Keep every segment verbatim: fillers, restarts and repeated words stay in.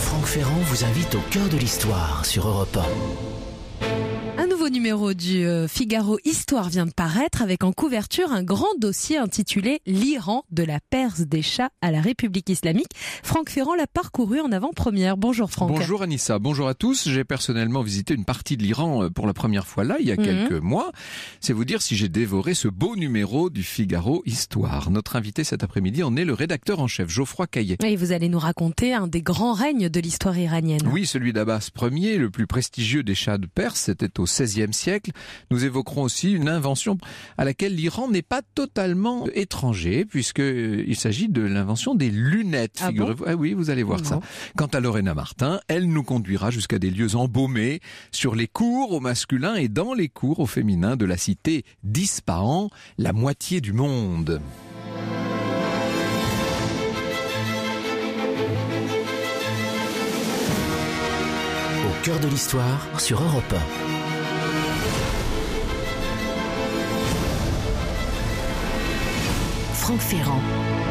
Franck Ferrand vous invite au cœur de l'histoire sur Europe un. Un nouveau numéro du Figaro Histoire vient de paraître avec en couverture un grand dossier intitulé « L'Iran, de la Perse des Shahs à la République islamique ». Franck Ferrand l'a parcouru en avant-première. Bonjour Franck. Bonjour Anissa, bonjour à tous. J'ai personnellement visité une partie de l'Iran pour la première fois là, il y a mmh. quelques mois. C'est vous dire si j'ai dévoré ce beau numéro du Figaro Histoire. Notre invité cet après-midi en est le rédacteur en chef, Geoffroy Caillet. Et vous allez nous raconter un des grands règnes de l'histoire iranienne. Oui, celui d'Abbas Ier, le plus prestigieux des Shahs de Perse, c'était au seizième siècle. Nous évoquerons aussi une invention à laquelle l'Iran n'est pas totalement étranger, puisqu'il s'agit de l'invention des lunettes. Ah figurez-vous. bon Ah oui, vous allez voir non. ça. Quant à Lorena Martin, elle nous conduira jusqu'à des lieux embaumés, sur les cours au masculin et dans les cours au féminin de la cité d'Ispahan, la moitié du monde. Au cœur de l'histoire sur Europe un. Franck Ferrand.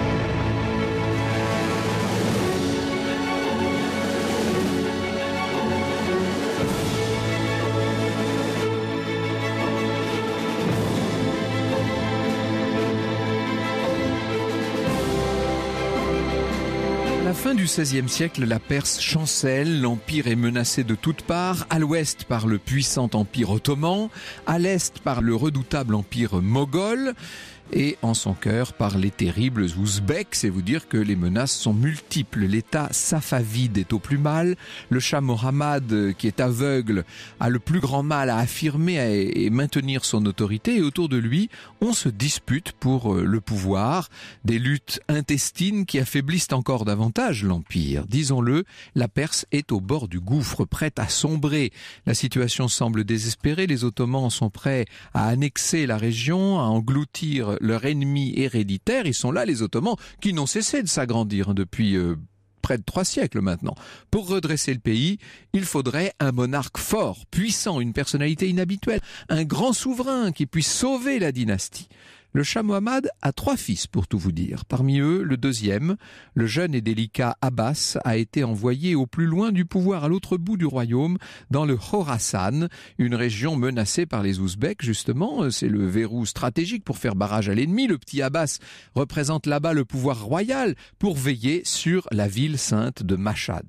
À la fin du seizième siècle, la Perse chancelle, l'empire est menacé de toutes parts, à l'ouest par le puissant empire ottoman, à l'est par le redoutable empire moghol, et en son cœur par les terribles ouzbeks. C'est vous dire que les menaces sont multiples. L'état safavide est au plus mal. Le Shah Mohammad, qui est aveugle, a le plus grand mal à affirmer et maintenir son autorité. Et autour de lui, on se dispute pour le pouvoir. Des luttes intestines qui affaiblissent encore davantage l'empire. Disons-le, la Perse est au bord du gouffre, prête à sombrer. La situation semble désespérée. Les Ottomans sont prêts à annexer la région, à engloutir leur ennemi héréditaire. Ils sont là, les Ottomans, qui n'ont cessé de s'agrandir depuis euh, près de trois siècles maintenant. Pour redresser le pays, il faudrait un monarque fort, puissant, une personnalité inhabituelle, un grand souverain qui puisse sauver la dynastie. Le Shah Mohammad a trois fils, pour tout vous dire. Parmi eux, le deuxième, le jeune et délicat Abbas, a été envoyé au plus loin du pouvoir, à l'autre bout du royaume, dans le Khorasan, une région menacée par les Ouzbeks, justement. C'est le verrou stratégique pour faire barrage à l'ennemi. Le petit Abbas représente là-bas le pouvoir royal pour veiller sur la ville sainte de Mashhad.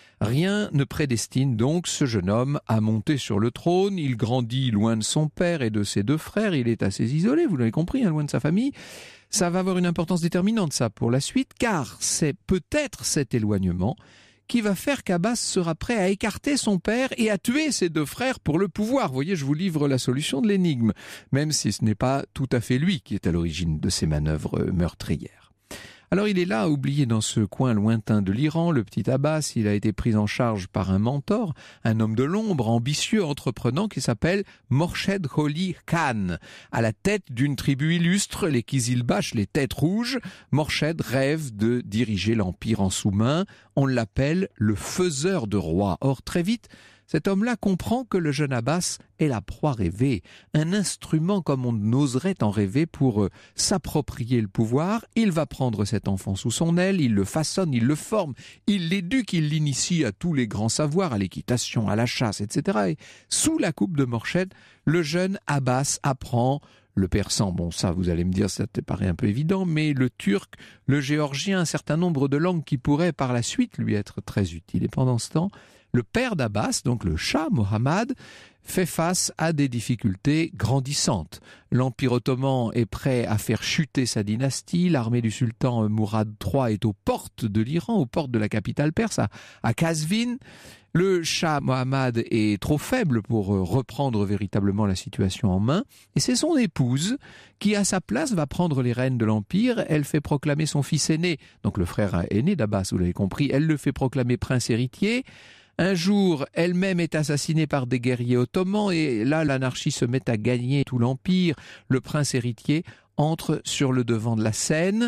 Rien ne prédestine donc ce jeune homme à monter sur le trône. Il grandit loin de son père et de ses deux frères. Il est assez isolé, vous l'avez compris, hein, loin de sa famille. Ça va avoir une importance déterminante, ça, pour la suite, car c'est peut-être cet éloignement qui va faire qu'Abbas sera prêt à écarter son père et à tuer ses deux frères pour le pouvoir. Vous voyez, je vous livre la solution de l'énigme, même si ce n'est pas tout à fait lui qui est à l'origine de ces manœuvres meurtrières. Alors il est là, oublié dans ce coin lointain de l'Iran, le petit Abbas. Il a été pris en charge par un mentor, un homme de l'ombre, ambitieux, entreprenant, qui s'appelle Morshed Qoli Khan. À la tête d'une tribu illustre, les Kizilbash, les têtes rouges, Morshed rêve de diriger l'empire en sous-main. On l'appelle le faiseur de rois. Or, très vite, cet homme-là comprend que le jeune Abbas est la proie rêvée, un instrument comme on n'oserait en rêver pour euh, s'approprier le pouvoir. Il va prendre cet enfant sous son aile, il le façonne, il le forme, il l'éduque, il l'initie à tous les grands savoirs, à l'équitation, à la chasse, et cetera. Et sous la coupe de Morshed, le jeune Abbas apprend le persan. Bon, ça, vous allez me dire, ça te paraît un peu évident, mais le turc, le géorgien, un certain nombre de langues qui pourraient par la suite lui être très utiles. Et pendant ce temps, le père d'Abbas, donc le Shah Mohammad, fait face à des difficultés grandissantes. L'Empire ottoman est prêt à faire chuter sa dynastie. L'armée du sultan Mourad trois est aux portes de l'Iran, aux portes de la capitale perse, à, à Kazvin. Le Shah Mohammad est trop faible pour reprendre véritablement la situation en main. Et c'est son épouse qui, à sa place, va prendre les rênes de l'Empire. Elle fait proclamer son fils aîné, donc le frère aîné d'Abbas, vous l'avez compris, elle le fait proclamer prince héritier. Un jour, elle-même est assassinée par des guerriers ottomans et là, l'anarchie se met à gagner tout l'empire. Le prince héritier entre sur le devant de la scène.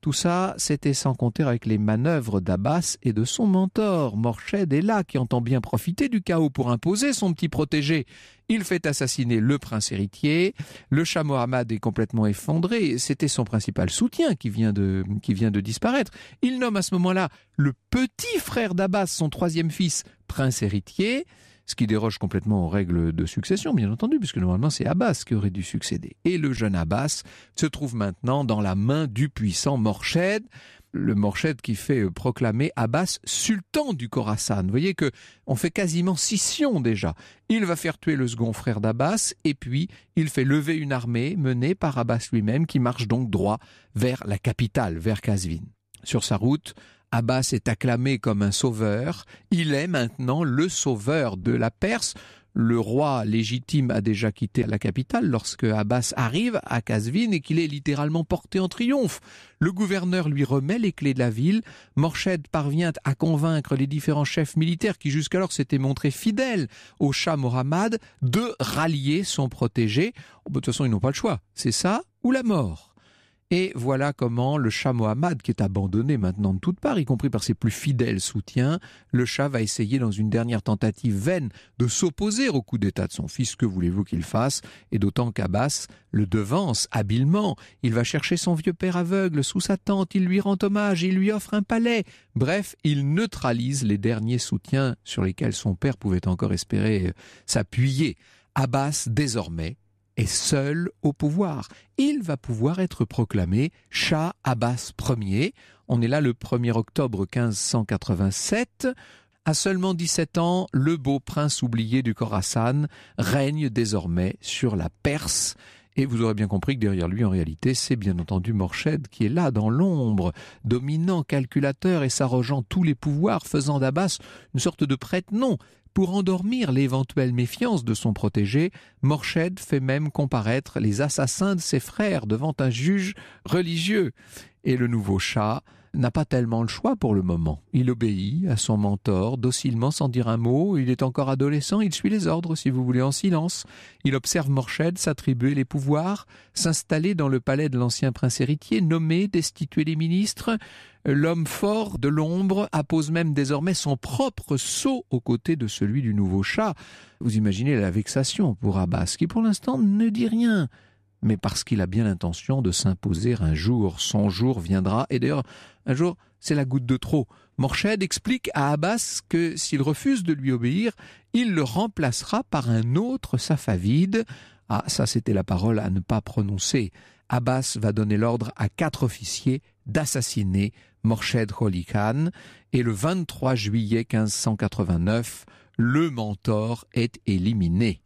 Tout ça, c'était sans compter avec les manœuvres d'Abbas et de son mentor. Morshed est là, qui entend bien profiter du chaos pour imposer son petit protégé. Il fait assassiner le prince héritier. Le Shah Mohammad est complètement effondré. C'était son principal soutien qui vient de, qui vient de disparaître. Il nomme à ce moment-là le petit frère d'Abbas, son troisième fils, prince héritier, ce qui déroge complètement aux règles de succession, bien entendu, puisque normalement c'est Abbas qui aurait dû succéder. Et le jeune Abbas se trouve maintenant dans la main du puissant Morshed, le Morshed qui fait proclamer Abbas sultan du Khorasan. Vous voyez que on fait quasiment scission déjà. Il va faire tuer le second frère d'Abbas et puis il fait lever une armée menée par Abbas lui-même qui marche donc droit vers la capitale, vers Qazvin. Sur sa route, Abbas est acclamé comme un sauveur. Il est maintenant le sauveur de la Perse. Le roi légitime a déjà quitté la capitale lorsque Abbas arrive à Qazvin et qu'il est littéralement porté en triomphe. Le gouverneur lui remet les clés de la ville. Morshed parvient à convaincre les différents chefs militaires qui jusqu'alors s'étaient montrés fidèles au Shah Mohammad de rallier son protégé. De toute façon, ils n'ont pas le choix. C'est ça ou la mort. Et voilà comment le Shah Mohammad, qui est abandonné maintenant de toutes parts, y compris par ses plus fidèles soutiens, le Shah va essayer dans une dernière tentative vaine de s'opposer au coup d'état de son fils. Que voulez-vous qu'il fasse? Et d'autant qu'Abbas le devance habilement. Il va chercher son vieux père aveugle sous sa tente, il lui rend hommage, il lui offre un palais. Bref, il neutralise les derniers soutiens sur lesquels son père pouvait encore espérer s'appuyer. Abbas, désormais, est seul au pouvoir. Il va pouvoir être proclamé Shah Abbas Ier. On est là le premier octobre quinze cent quatre-vingt-sept. À seulement dix-sept ans, le beau prince oublié du Khorasan règne désormais sur la Perse. Et vous aurez bien compris que derrière lui, en réalité, c'est bien entendu Morshed qui est là, dans l'ombre, dominant, calculateur et s'arrogeant tous les pouvoirs, faisant d'Abbas une sorte de prête-nom. Pour endormir l'éventuelle méfiance de son protégé, Morshed fait même comparaître les assassins de ses frères devant un juge religieux. Et le nouveau Shah n'a pas tellement le choix pour le moment. Il obéit à son mentor docilement sans dire un mot. Il est encore adolescent, il suit les ordres, si vous voulez, en silence. Il observe Morshed s'attribuer les pouvoirs, s'installer dans le palais de l'ancien prince héritier, nommer, destituer les ministres. L'homme fort de l'ombre appose même désormais son propre sceau aux côtés de celui du nouveau Shah. Vous imaginez la vexation pour Abbas, qui pour l'instant ne dit rien, mais parce qu'il a bien l'intention de s'imposer un jour. Son jour viendra, et d'ailleurs, un jour, c'est la goutte de trop. Morshed explique à Abbas que s'il refuse de lui obéir, il le remplacera par un autre Safavide. Ah, ça c'était la parole à ne pas prononcer. Abbas va donner l'ordre à quatre officiers d'assassiner Morshed Qoli Khan, et le vingt-trois juillet quinze cent quatre-vingt-neuf, le mentor est éliminé.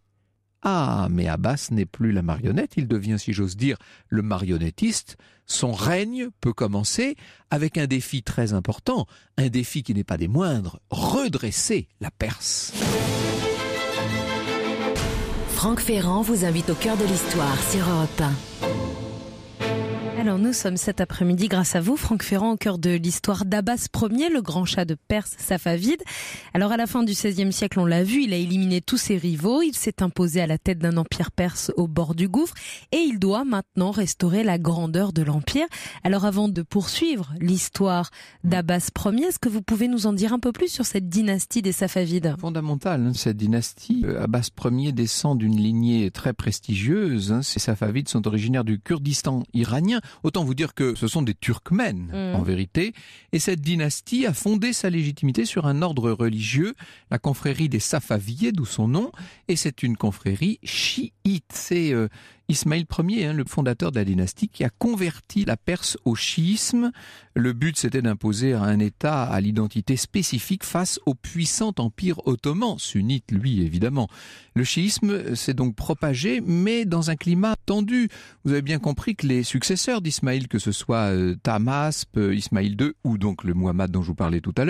Ah, mais Abbas n'est plus la marionnette, il devient, si j'ose dire, le marionnettiste. Son règne peut commencer avec un défi très important, un défi qui n'est pas des moindres, redresser la Perse. Franck Ferrand vous invite au cœur de l'histoire sur Europe un. Alors nous sommes cet après-midi grâce à vous, Franck Ferrand, au cœur de l'histoire d'Abbas Ier, le grand Shah de Perse safavide. Alors à la fin du seizième siècle, on l'a vu, il a éliminé tous ses rivaux, il s'est imposé à la tête d'un empire perse au bord du gouffre et il doit maintenant restaurer la grandeur de l'empire. Alors avant de poursuivre l'histoire d'Abbas Ier, est-ce que vous pouvez nous en dire un peu plus sur cette dynastie des Safavides? Fondamentale, hein, cette dynastie. Euh, Abbas Ier descend d'une lignée très prestigieuse. Hein. Ces Safavides sont originaires du Kurdistan iranien. Autant vous dire que ce sont des Turkmènes, mmh. en vérité. Et cette dynastie a fondé sa légitimité sur un ordre religieux, la confrérie des Safavides, d'où son nom. Et c'est une confrérie chiite. C'est euh, Ismaïl Ier, hein, le fondateur de la dynastie, qui a converti la Perse au chiisme. Le but, c'était d'imposer un État à l'identité spécifique face au puissant empire ottoman, sunnite lui évidemment. Le chiisme s'est donc propagé, mais dans un climat tendu. Vous avez bien compris que les successeurs d'Ismaïl, que ce soit euh, Tahmasp, euh, Ismaïl deux ou donc le Muhammad dont je vous parlais tout à l'heure,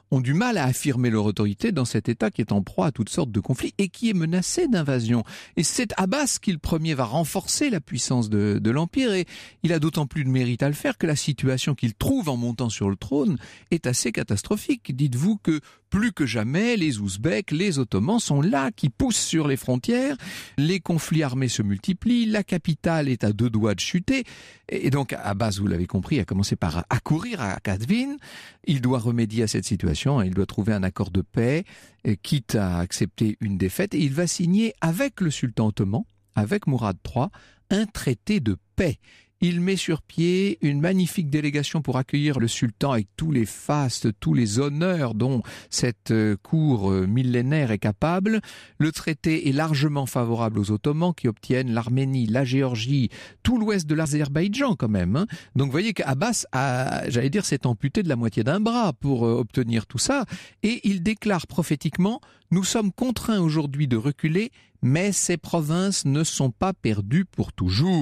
ont du mal à affirmer leur autorité dans cet État qui est en proie à toutes sortes de conflits et qui est menacé d'invasion. Et c'est Abbas qui, le premier, va renforcer la puissance de, de l'Empire, et il a d'autant plus de mérite à le faire que la situation qu'il trouve en montant sur le trône est assez catastrophique. Dites-vous que plus que jamais, les Ouzbeks, les Ottomans sont là, qui poussent sur les frontières, les conflits armés se multiplient, la capitale est à deux doigts de chuter, et donc Abbas, vous l'avez compris, a commencé par accourir à Qazvin. Il doit remédier à cette situation, il doit trouver un accord de paix, quitte à accepter une défaite, et il va signer avec le sultan ottoman, avec Mourad trois, un traité de paix. Il met sur pied une magnifique délégation pour accueillir le sultan avec tous les fastes, tous les honneurs dont cette cour millénaire est capable. Le traité est largement favorable aux Ottomans qui obtiennent l'Arménie, la Géorgie, tout l'ouest de l'Azerbaïdjan quand même. Hein. Donc vous voyez qu'Abbas a, j'allais dire, s'est amputé de la moitié d'un bras pour obtenir tout ça. Et il déclare prophétiquement « Nous sommes contraints aujourd'hui de reculer, mais ces provinces ne sont pas perdues pour toujours. »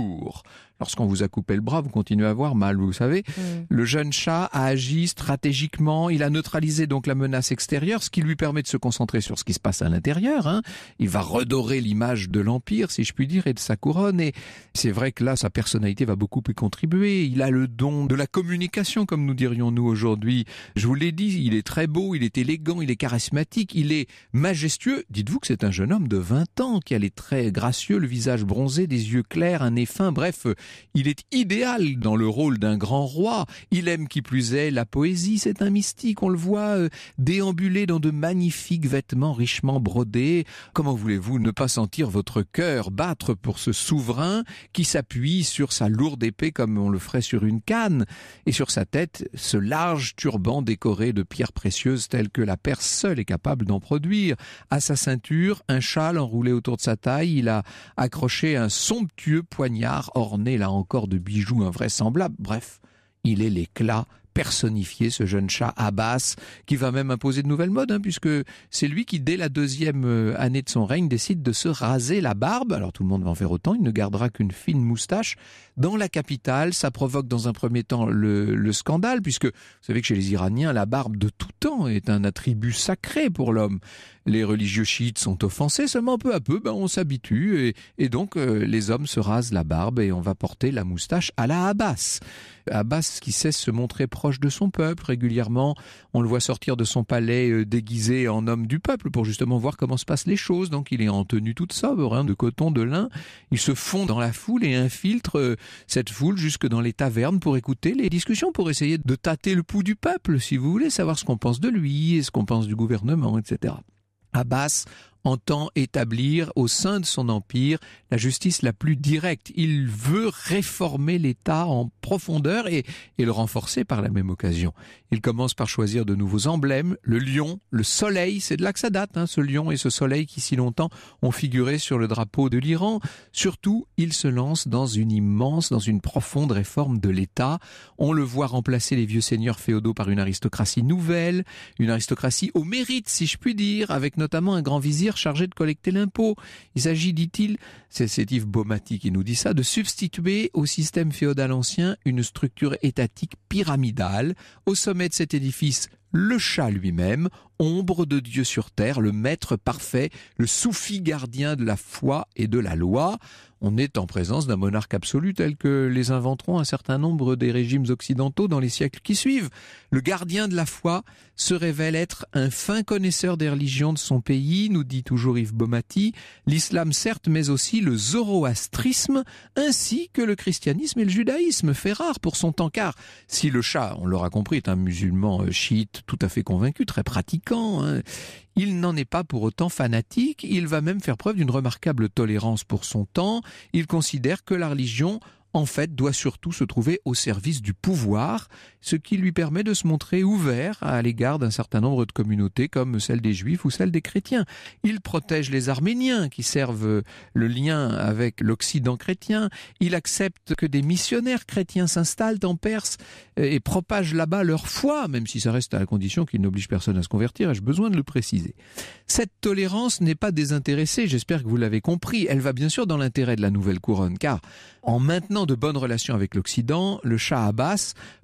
Lorsqu'on vous a coupé le bras, vous continuez à avoir mal, vous savez. Mmh. Le jeune Shah a agi stratégiquement, il a neutralisé donc la menace extérieure, ce qui lui permet de se concentrer sur ce qui se passe à l'intérieur. Hein. Il va redorer l'image de l'Empire, si je puis dire, et de sa couronne. Et c'est vrai que là, sa personnalité va beaucoup y contribuer. Il a le don de la communication, comme nous dirions nous aujourd'hui. Je vous l'ai dit, il est très beau, il est élégant, il est charismatique, il est majestueux. Dites-vous que c'est un jeune homme de vingt ans qui a les traits gracieux, le visage bronzé, des yeux clairs, un nez fin, bref... Il est idéal dans le rôle d'un grand roi. Il aime qui plus est la poésie, c'est un mystique. On le voit euh, déambuler dans de magnifiques vêtements richement brodés. Comment voulez-vous ne pas sentir votre cœur battre pour ce souverain qui s'appuie sur sa lourde épée comme on le ferait sur une canne, et sur sa tête ce large turban décoré de pierres précieuses telles que la Perse seule est capable d'en produire. À sa ceinture, un châle enroulé autour de sa taille, il a accroché un somptueux poignard orné là encore de bijoux invraisemblables. Bref, il est l'éclat personnifié, ce jeune Shah Abbas, qui va même imposer de nouvelles modes, hein, puisque c'est lui qui, dès la deuxième année de son règne, décide de se raser la barbe. Alors tout le monde va en faire autant, il ne gardera qu'une fine moustache. Dans la capitale, ça provoque dans un premier temps le, le scandale, puisque vous savez que chez les Iraniens, la barbe de tout temps est un attribut sacré pour l'homme. Les religieux chiites sont offensés, seulement peu à peu, ben, on s'habitue, et, et donc euh, les hommes se rasent la barbe et on va porter la moustache à la Abbas. Abbas qui cesse se montrer proche de son peuple régulièrement, on le voit sortir de son palais euh, déguisé en homme du peuple pour justement voir comment se passent les choses. Donc il est en tenue toute sobre, hein, de coton, de lin, il se fond dans la foule et infiltre euh, cette foule jusque dans les tavernes pour écouter les discussions, pour essayer de tâter le pouls du peuple, si vous voulez, savoir ce qu'on pense de lui et ce qu'on pense du gouvernement, et cetera. Abbas entend établir au sein de son empire la justice la plus directe. Il veut réformer l'État en profondeur et, et le renforcer par la même occasion. Il commence par choisir de nouveaux emblèmes, le lion, le soleil, c'est de là que ça date, hein, ce lion et ce soleil qui si longtemps ont figuré sur le drapeau de l'Iran. Surtout, il se lance dans une immense, dans une profonde réforme de l'État. On le voit remplacer les vieux seigneurs féodaux par une aristocratie nouvelle, une aristocratie au mérite, si je puis dire, avec notamment un grand vizir chargé de collecter l'impôt. Il s'agit, dit-il, c'est, c'est Yves Baumati qui nous dit ça, de substituer au système féodal ancien une structure étatique pyramidale. Au sommet de cet édifice, le Shah lui-même, ombre de Dieu sur terre, le maître parfait, le soufi gardien de la foi et de la loi. On est en présence d'un monarque absolu tel que les inventeront un certain nombre des régimes occidentaux dans les siècles qui suivent. Le gardien de la foi se révèle être un fin connaisseur des religions de son pays, nous dit toujours Yves Baumati, l'islam certes, mais aussi le zoroastrisme, ainsi que le christianisme et le judaïsme, fait rare pour son temps, car si le Shah, on l'aura compris, est un musulman chiite tout à fait convaincu, très pratiquant, hein, il n'en est pas pour autant fanatique, il va même faire preuve d'une remarquable tolérance pour son temps. Il considère que la religion, en fait, doit surtout se trouver au service du pouvoir, ce qui lui permet de se montrer ouvert à l'égard d'un certain nombre de communautés comme celle des Juifs ou celle des chrétiens. Il protège les Arméniens qui servent le lien avec l'Occident chrétien. Il accepte que des missionnaires chrétiens s'installent en Perse et propagent là-bas leur foi, même si ça reste à la condition qu'ils n'obligent personne à se convertir, ai-je besoin de le préciser. Cette tolérance n'est pas désintéressée, j'espère que vous l'avez compris. Elle va bien sûr dans l'intérêt de la nouvelle couronne, car en maintenant de bonnes relations avec l'Occident, le Shah Abbas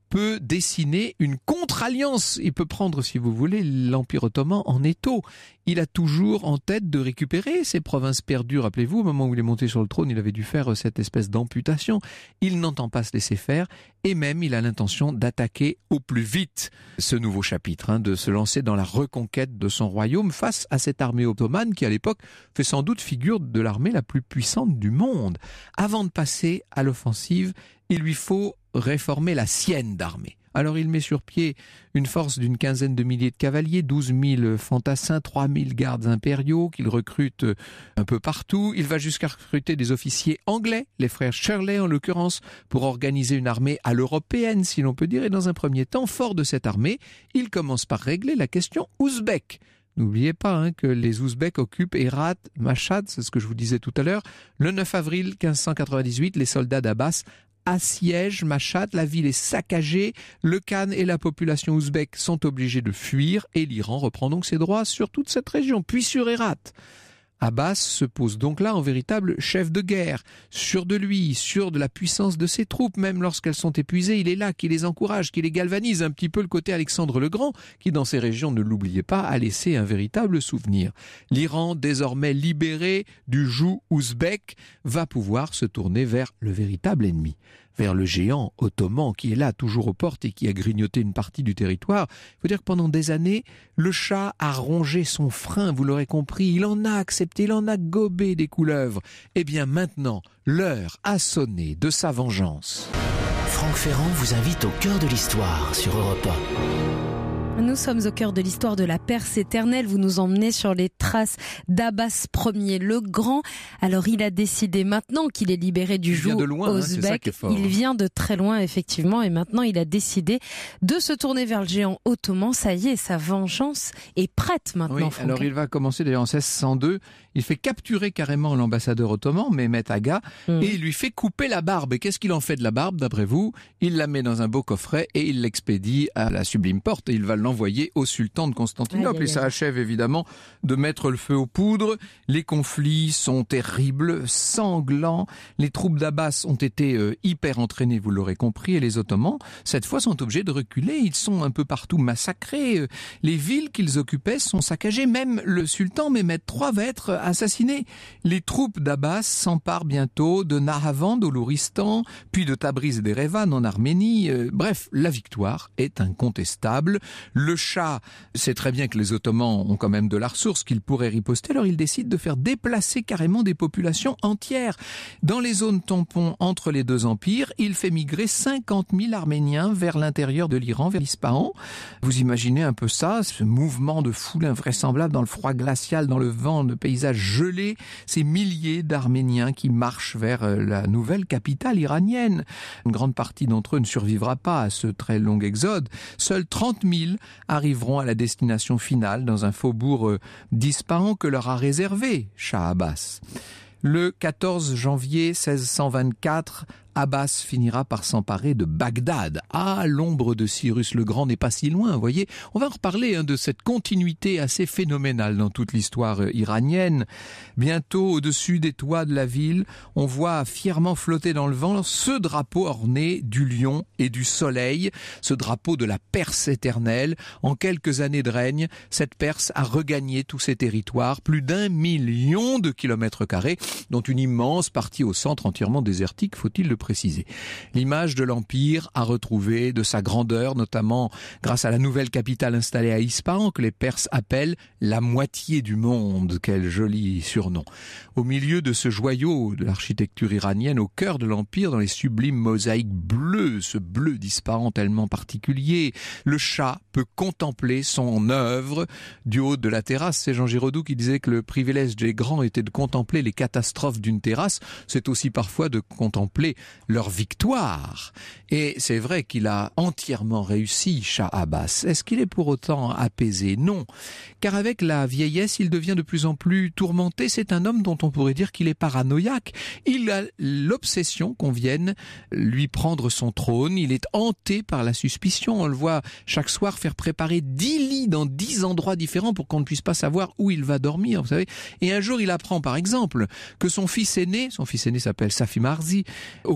peut dessiner une contre-alliance. Il peut prendre, si vous voulez, l'Empire ottoman en étau. Il a toujours en tête de récupérer ces provinces perdues. Rappelez-vous, au moment où il est monté sur le trône, il avait dû faire cette espèce d'amputation. Il n'entend pas se laisser faire et même il a l'intention d'attaquer au plus vite ce nouveau chapitre, hein, de se lancer dans la reconquête de son royaume face à cette armée ottomane qui, à l'époque, fait sans doute figure de l'armée la plus puissante du monde. Avant de passer à l'offensive, il lui faut réformer la sienne d'armée. Alors il met sur pied une force d'une quinzaine de milliers de cavaliers, douze mille fantassins, trois mille gardes impériaux qu'il recrute un peu partout. Il va jusqu'à recruter des officiers anglais, les frères Shirley en l'occurrence, pour organiser une armée à l'européenne, si l'on peut dire. Et dans un premier temps, fort de cette armée, il commence par régler la question ouzbek. N'oubliez pas hein, que les Ouzbeks occupent Herat, Mashhad, c'est ce que je vous disais tout à l'heure. Le neuf avril quinze cent quatre-vingt-dix-huit, les soldats d'Abbas assiègent Mashhad, la ville est saccagée, le Khan et la population ouzbek sont obligés de fuir et l'Iran reprend donc ses droits sur toute cette région, puis sur Herat. Abbas se pose donc là en véritable chef de guerre, sûr de lui, sûr de la puissance de ses troupes, même lorsqu'elles sont épuisées, il est là, qui les encourage, qui les galvanise, un petit peu le côté Alexandre le Grand, qui dans ces régions, ne l'oubliez pas, a laissé un véritable souvenir. L'Iran, désormais libéré du joug ouzbek, va pouvoir se tourner vers le véritable ennemi, vers le géant ottoman qui est là, toujours aux portes et qui a grignoté une partie du territoire. Il faut dire que pendant des années, le Shah a rongé son frein, vous l'aurez compris, il en a accepté, il en a gobé des couleuvres. Eh bien maintenant, l'heure a sonné de sa vengeance. Franck Ferrand vous invite au cœur de l'histoire sur Europe un. Nous sommes au cœur de l'histoire de la Perse éternelle. Vous nous emmenez sur les traces d'Abbas Ier le Grand. Alors il a décidé maintenant qu'il est libéré du joug ouzbek. Hein, il vient de très loin effectivement et maintenant il a décidé de se tourner vers le géant ottoman. Ça y est, sa vengeance est prête maintenant. Oui, Franck. alors il va commencer d'ailleurs en seize cent deux. Il fait capturer carrément l'ambassadeur ottoman, Mehmet Aga, mmh. et il lui fait couper la barbe. Et qu'est-ce qu'il en fait de la barbe d'après vous? Il la met dans un beau coffret et il l'expédie à la Sublime Porte et il va l'envoyer au sultan de Constantinople. Aïe, aïe, aïe. Et ça achève évidemment de mettre le feu aux poudres. Les conflits sont terribles, sanglants. Les troupes d'Abbas ont été euh, hyper entraînées, vous l'aurez compris, et les Ottomans, cette fois, sont obligés de reculer. Ils sont un peu partout massacrés. Les villes qu'ils occupaient sont saccagées. Même le sultan Mehmet trois va être assassiné. Les troupes d'Abbas s'emparent bientôt de Nahavand au Louristan, puis de Tabriz et d'Erevan en Arménie. Euh, bref, la victoire est incontestable. Le Shah sait très bien que les Ottomans ont quand même de la ressource, qu'ils pourraient riposter, alors il décide de faire déplacer carrément des populations entières. Dans les zones tampons entre les deux empires, il fait migrer cinquante mille Arméniens vers l'intérieur de l'Iran, vers l'Ispahan. Vous imaginez un peu ça, ce mouvement de foule invraisemblable dans le froid glacial, dans le vent, le paysage gelé, ces milliers d'Arméniens qui marchent vers la nouvelle capitale iranienne. Une grande partie d'entre eux ne survivra pas à ce très long exode. Seuls trente mille arriveront à la destination finale dans un faubourg d'Ispahan que leur a réservé Shah Abbas. Le quatorze janvier seize cent vingt-quatre, Abbas finira par s'emparer de Bagdad. Ah, l'ombre de Cyrus le Grand n'est pas si loin, vous voyez. On va en reparler hein, de cette continuité assez phénoménale dans toute l'histoire euh, iranienne. Bientôt, au-dessus des toits de la ville, on voit fièrement flotter dans le vent ce drapeau orné du lion et du soleil, ce drapeau de la Perse éternelle. En quelques années de règne, cette Perse a regagné tous ses territoires, plus d'un million de kilomètres carrés, dont une immense partie au centre entièrement désertique, faut-il le préciser. L'image de l'Empire a retrouvé de sa grandeur, notamment grâce à la nouvelle capitale installée à Ispahan, que les Perses appellent la moitié du monde. Quel joli surnom. Au milieu de ce joyau de l'architecture iranienne, au cœur de l'Empire, dans les sublimes mosaïques bleues, ce bleu d'Ispahan tellement particulier, le Shah peut contempler son œuvre du haut de la terrasse. C'est Jean Giraudoux qui disait que le privilège des grands était de contempler les catastrophes d'une terrasse. C'est aussi parfois de contempler leur victoire. Et c'est vrai qu'il a entièrement réussi, Shah Abbas. Est-ce qu'il est pour autant apaisé? Non. Car avec la vieillesse, il devient de plus en plus tourmenté. C'est un homme dont on pourrait dire qu'il est paranoïaque. Il a l'obsession qu'on vienne lui prendre son trône. Il est hanté par la suspicion. On le voit chaque soir faire préparer dix lits dans dix endroits différents pour qu'on ne puisse pas savoir où il va dormir, vous savez. Et un jour, il apprend, par exemple, que son fils aîné, son fils aîné s'appelle Safi Marzi, au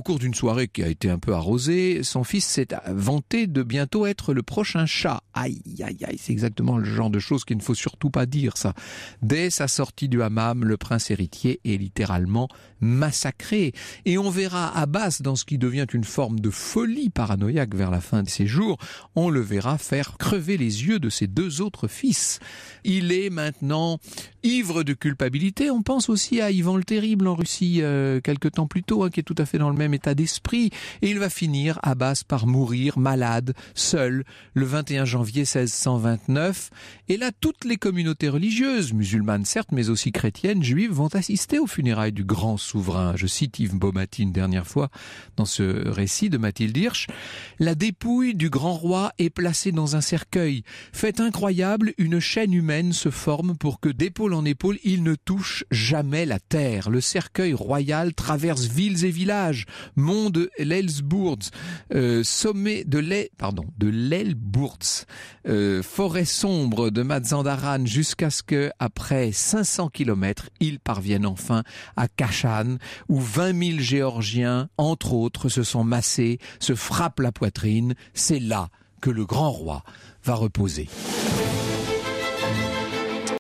cours d'une soirée qui a été un peu arrosée, son fils s'est vanté de bientôt être le prochain chat. Aïe, aïe, aïe, c'est exactement le genre de choses qu'il ne faut surtout pas dire, ça. Dès sa sortie du hammam, le prince héritier est littéralement massacré. Et on verra Abbas, dans ce qui devient une forme de folie paranoïaque vers la fin de ses jours, on le verra faire crever les yeux de ses deux autres fils. Il est maintenant ivre de culpabilité. On pense aussi à Ivan le Terrible en Russie, euh, quelque temps plus tôt, hein, qui est tout à fait dans le même état d'esprit. Et il va finir, Abbas, par mourir malade, seul, le vingt et un janvier seize cent vingt-neuf. Et là, toutes les communautés religieuses, musulmanes certes, mais aussi chrétiennes, juives, vont assister aux funérailles du grand souverain. Je cite Yves Baumati une dernière fois dans ce récit de Mathilde Hirsch. La dépouille du grand roi est placée dans un cercueil. Fait incroyable, une chaîne humaine se forme pour que d'épaule en épaule, il ne touche jamais la terre. Le cercueil royal traverse villes et villages, monts de l'Elsbourz, euh, sommet de l'E, pardon, de l'Elbourz, euh, forêt sombre de Mazandaran, jusqu'à ce que, après cinq cents kilomètres, ils parviennent enfin à Kashan, où vingt mille Géorgiens, entre autres, se sont massés, se frappent la poitrine. C'est là que le grand roi va reposer.